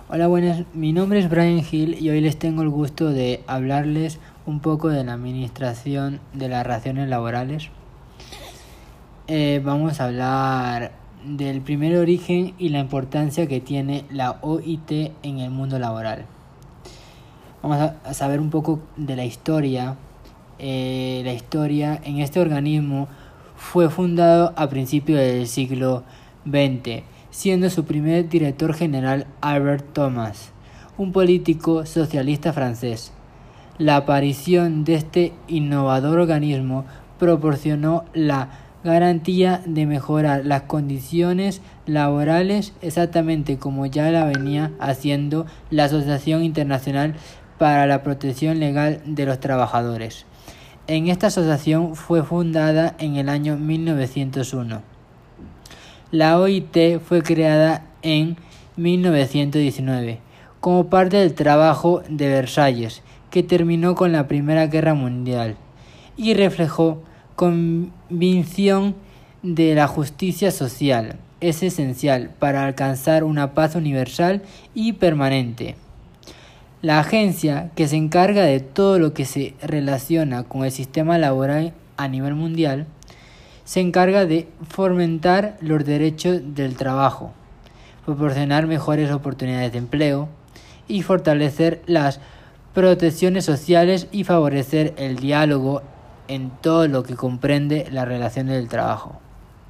Hola, buenas. Mi nombre es Brian Hill y hoy les tengo el gusto de hablarles un poco de la administración de las relaciones laborales. Vamos a hablar del primer origen y la importancia que tiene la OIT en el mundo laboral. Vamos a saber un poco de la historia. La historia en este organismo fue fundado a principios del siglo XX, siendo su primer director general Albert Thomas, un político socialista francés. La aparición de este innovador organismo proporcionó la garantía de mejorar las condiciones laborales, exactamente como ya la venía haciendo la Asociación Internacional para la Protección Legal de los Trabajadores. En esta asociación fue fundada en el año 1901. La OIT fue creada en 1919 como parte del Tratado de Versalles, que terminó con la Primera Guerra Mundial y reflejó convicción de la justicia social. Es esencial para alcanzar una paz universal y permanente. La agencia, que se encarga de todo lo que se relaciona con el sistema laboral a nivel mundial, se encarga de fomentar los derechos del trabajo, proporcionar mejores oportunidades de empleo y fortalecer las protecciones sociales y favorecer el diálogo en todo lo que comprende las relaciones del trabajo.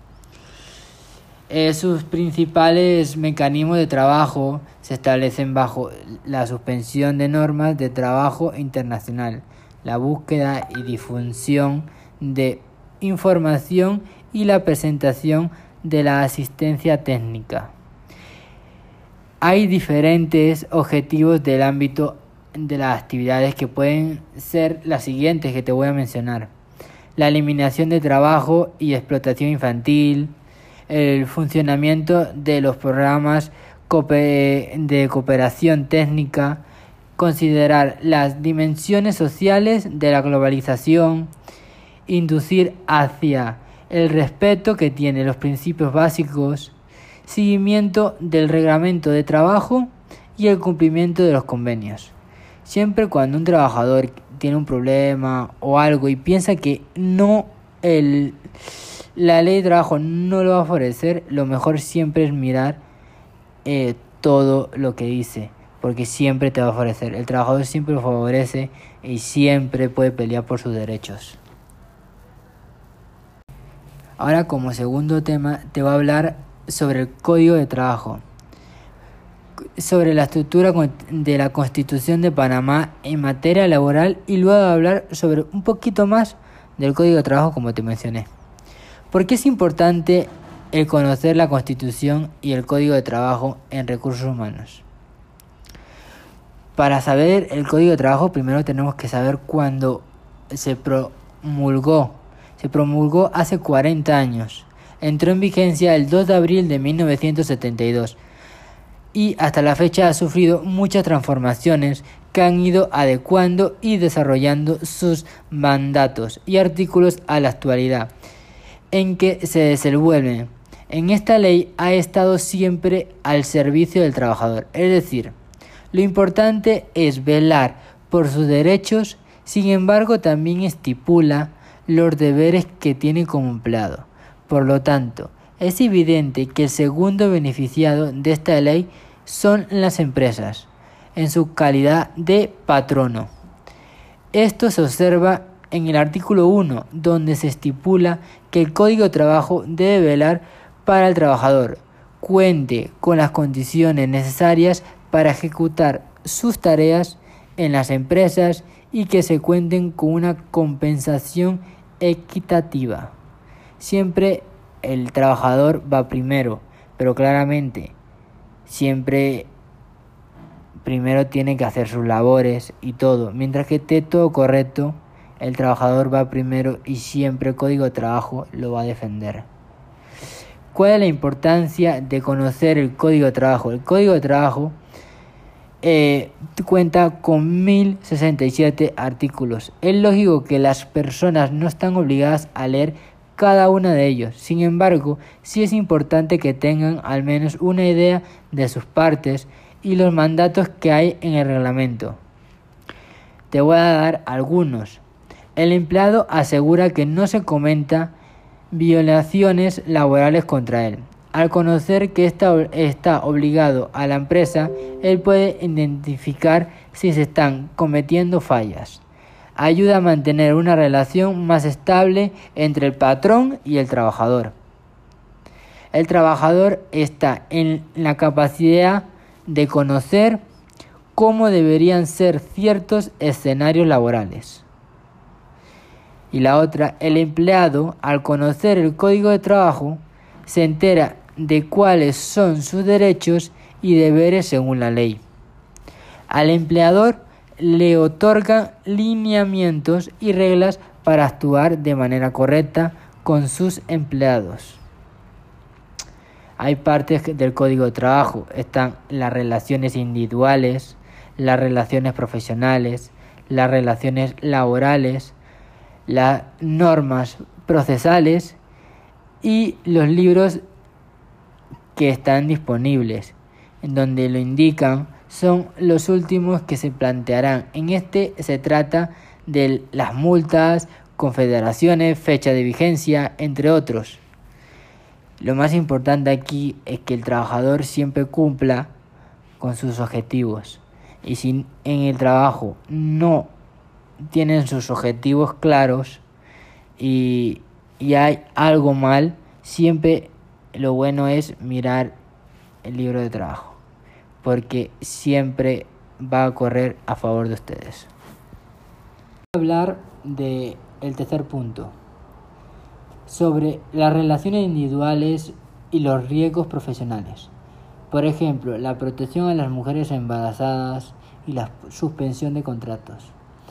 Sus principales mecanismos de trabajo se establecen bajo la suspensión de normas de trabajo internacional, la búsqueda y difusión de información y la presentación de la asistencia técnica. Hay diferentes objetivos del ámbito de las actividades que pueden ser las siguientes que te voy a mencionar: la eliminación de trabajo y explotación infantil, el funcionamiento de los programas de cooperación técnica, considerar las dimensiones sociales de la globalización, inducir hacia el respeto que tiene los principios básicos, seguimiento del reglamento de trabajo y el cumplimiento de los convenios. Siempre cuando un trabajador tiene un problema o algo y piensa que la ley de trabajo no lo va a favorecer, lo mejor siempre es mirar todo lo que dice, porque siempre te va a favorecer. El trabajador siempre lo favorece y siempre puede pelear por sus derechos. Ahora, como segundo tema, te voy a hablar sobre el Código de Trabajo, sobre la estructura de la Constitución de Panamá en materia laboral, y luego hablar sobre un poquito más del Código de Trabajo, como te mencioné. ¿Por qué es importante el conocer la Constitución y el Código de Trabajo en recursos humanos? Para saber el Código de Trabajo, primero tenemos que saber cuándo se promulgó. Se promulgó hace 40 años. Entró en vigencia el 2 de abril de 1972 y hasta la fecha ha sufrido muchas transformaciones que han ido adecuando y desarrollando sus mandatos y artículos a la actualidad en que se desenvuelven. En esta ley ha estado siempre al servicio del trabajador, es decir, lo importante es velar por sus derechos. Sin embargo, también estipula los deberes que tiene como empleado. Por lo tanto, es evidente que el segundo beneficiado de esta ley son las empresas, en su calidad de patrono. Esto se observa en el artículo 1, donde se estipula que el Código de Trabajo debe velar para el trabajador cuente con las condiciones necesarias para ejecutar sus tareas en las empresas y que se cuenten con una compensación equitativa. Siempre el trabajador va primero, pero claramente siempre primero tiene que hacer sus labores y todo. Mientras que esté todo correcto, el trabajador va primero y siempre el Código de Trabajo lo va a defender. ¿Cuál es la importancia de conocer el Código de Trabajo? El Código de Trabajo cuenta con 1067 artículos. Es lógico que las personas no están obligadas a leer cada uno de ellos. Sin embargo, sí es importante que tengan al menos una idea de sus partes y los mandatos que hay en el reglamento. Te voy a dar algunos. El empleado asegura que no se cometa violaciones laborales contra él. Al conocer que está obligado a la empresa, él puede identificar si se están cometiendo fallas. Ayuda a mantener una relación más estable entre el patrón y el trabajador. El trabajador está en la capacidad de conocer cómo deberían ser ciertos escenarios laborales. Y la otra, el empleado, al conocer el código de trabajo, se entera de cuáles son sus derechos y deberes según la ley. Al empleador le otorga lineamientos y reglas para actuar de manera correcta con sus empleados. Hay partes del código de trabajo, están las relaciones individuales, las relaciones profesionales, las relaciones laborales, las normas procesales y los libros que están disponibles, en donde lo indican, son los últimos que se plantearán. En este se trata de las multas, confederaciones, fecha de vigencia, entre otros. Lo más importante aquí es que el trabajador siempre cumpla con sus objetivos. Y si en el trabajo no tienen sus objetivos claros y hay algo mal, siempre lo bueno es mirar el libro de trabajo, porque siempre va a correr a favor de ustedes. Voy a hablar del tercer punto, sobre las relaciones individuales y los riesgos profesionales. Por ejemplo, la protección a las mujeres embarazadas y la suspensión de contratos.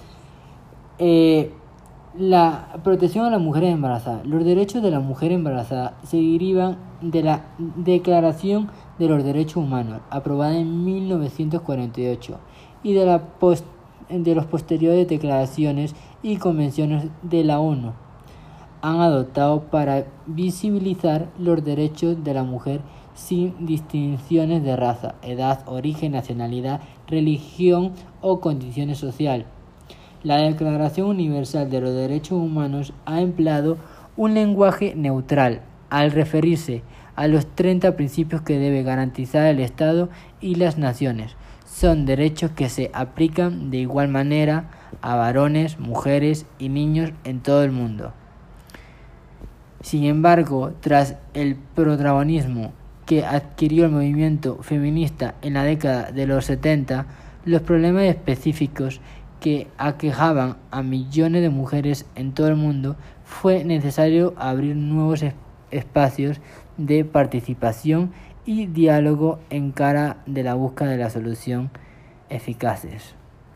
La protección a las mujeres embarazadas. Los derechos de la mujer embarazada se derivan de la Declaración de los Derechos Humanos, aprobada en 1948, y de las posteriores declaraciones y convenciones de la ONU. Han adoptado para visibilizar los derechos de la mujer sin distinciones de raza, edad, origen, nacionalidad, religión o condición social. La Declaración Universal de los Derechos Humanos ha empleado un lenguaje neutral al referirse a los 30 principios que debe garantizar el Estado y las naciones. Son derechos que se aplican de igual manera a varones, mujeres y niños en todo el mundo. Sin embargo, tras el protagonismo que adquirió el movimiento feminista en la década de los 70, los problemas específicos que aquejaban a millones de mujeres en todo el mundo, fue necesario abrir nuevos espacios de participación y diálogo en cara de la búsqueda de la solución eficaces.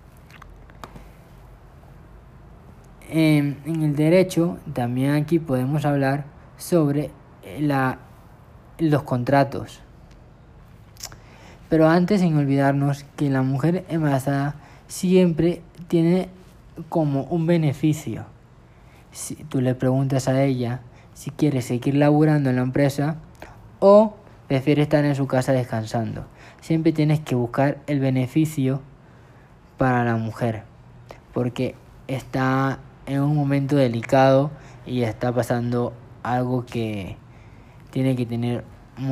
En el derecho, también aquí podemos hablar sobre los contratos. Pero antes, sin olvidarnos que la mujer embarazada siempre tiene como un beneficio. Si tú le preguntas a ella si quiere seguir laburando en la empresa o prefiere estar en su casa descansando. Siempre tienes que buscar el beneficio para la mujer, porque está en un momento delicado y está pasando algo que tiene que tener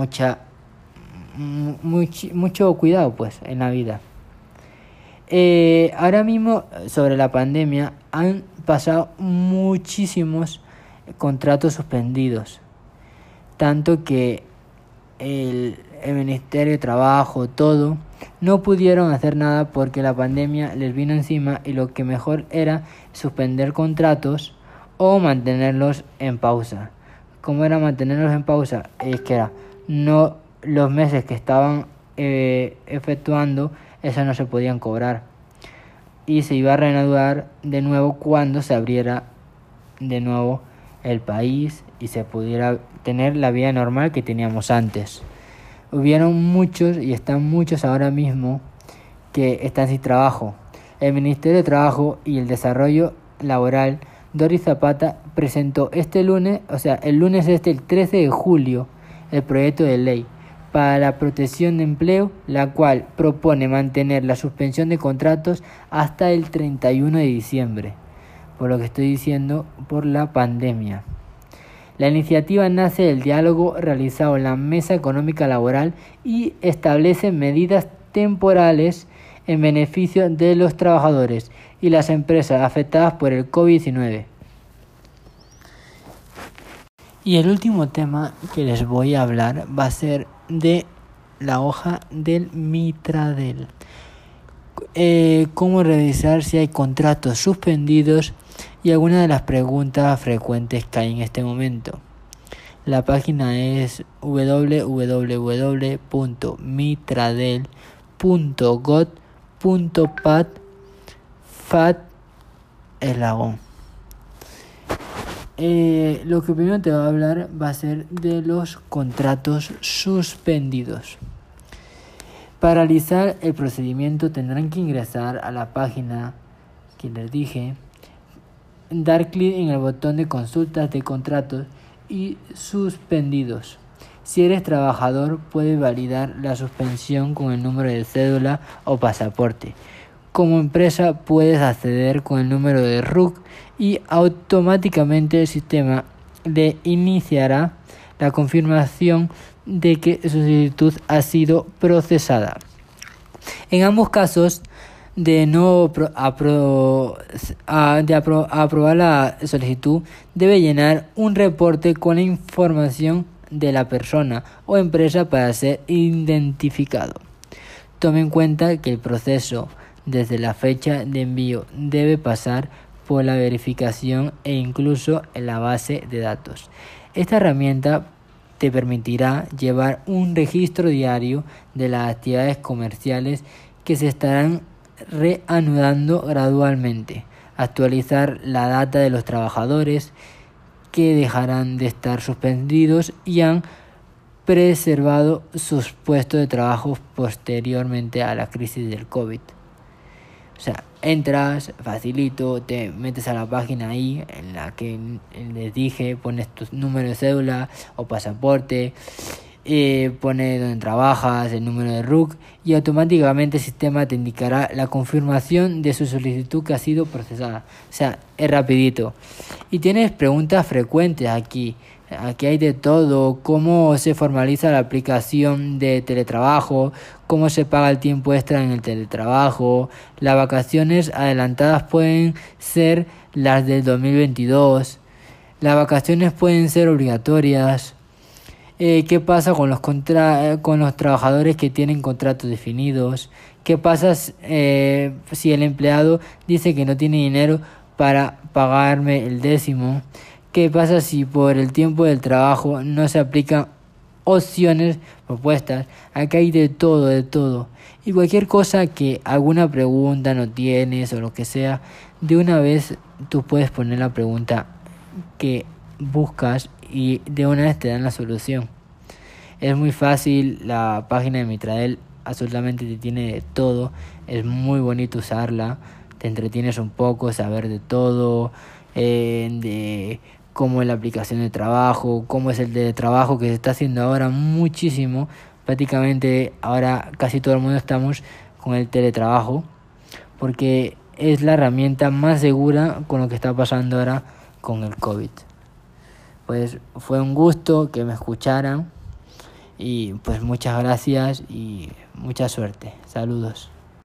mucho cuidado pues en la vida. Ahora mismo, sobre la pandemia, han pasado muchísimos contratos suspendidos, tanto que el Ministerio de Trabajo, todo, no pudieron hacer nada porque la pandemia les vino encima y lo que mejor era suspender contratos o mantenerlos en pausa. ¿Cómo era mantenerlos en pausa? Es que era no los meses que estaban efectuando, eso no se podían cobrar y se iba a reanudar de nuevo cuando se abriera de nuevo el país y se pudiera tener la vida normal que teníamos antes. Hubieron muchos y están muchos ahora mismo que están sin trabajo. El Ministerio de Trabajo y el Desarrollo Laboral, Doris Zapata, presentó el lunes el 13 de julio, el proyecto de ley para la Protección de Empleo, la cual propone mantener la suspensión de contratos hasta el 31 de diciembre, por lo que estoy diciendo, por la pandemia. La iniciativa nace del diálogo realizado en la Mesa Económica Laboral y establece medidas temporales en beneficio de los trabajadores y las empresas afectadas por el COVID-19. Y el último tema que les voy a hablar va a ser de la hoja del Mitradel. Cómo revisar si hay contratos suspendidos y algunas de las preguntas frecuentes que hay en este momento. La página es www.mitradel.gov.pat/. Lo que primero te va a hablar va a ser de los contratos suspendidos. Para realizar el procedimiento tendrán que ingresar a la página que les dije, dar clic en el botón de consultas de contratos y suspendidos. Si eres trabajador, puedes validar la suspensión con el número de cédula o pasaporte. Como empresa, puedes acceder con el número de RUC y automáticamente el sistema le iniciará la confirmación de que su solicitud ha sido procesada. En ambos casos, de aprobar la solicitud, debe llenar un reporte con la información de la persona o empresa para ser identificado. Tome en cuenta que el proceso desde la fecha de envío debe pasar por la verificación e incluso en la base de datos. Esta herramienta te permitirá llevar un registro diario de las actividades comerciales que se estarán reanudando gradualmente, actualizar la data de los trabajadores que dejarán de estar suspendidos y han preservado sus puestos de trabajo posteriormente a la crisis del COVID. O sea, entras, facilito, te metes a la página ahí en la que les dije, pones tu número de cédula o pasaporte, pones donde trabajas, el número de RUC y automáticamente el sistema te indicará la confirmación de su solicitud que ha sido procesada. O sea, es rapidito. Y tienes preguntas frecuentes aquí. Aquí hay de todo, cómo se formaliza la aplicación de teletrabajo, cómo se paga el tiempo extra en el teletrabajo, las vacaciones adelantadas pueden ser las del 2022, las vacaciones pueden ser obligatorias, qué pasa con los trabajadores que tienen contratos definidos, qué pasa si el empleado dice que no tiene dinero para pagarme el 10º. ¿Qué pasa si por el tiempo del trabajo no se aplican opciones propuestas? Acá hay de todo. Y cualquier cosa que alguna pregunta no tienes o lo que sea, de una vez tú puedes poner la pregunta que buscas y de una vez te dan la solución. Es muy fácil, la página de Mitradel absolutamente te tiene de todo. Es muy bonito usarla, te entretienes un poco, saber de todo, de cómo es la aplicación de trabajo, cómo es el de trabajo que se está haciendo ahora muchísimo. Prácticamente ahora casi todo el mundo estamos con el teletrabajo porque es la herramienta más segura con lo que está pasando ahora con el COVID. Pues fue un gusto que me escucharan y pues muchas gracias y mucha suerte. Saludos.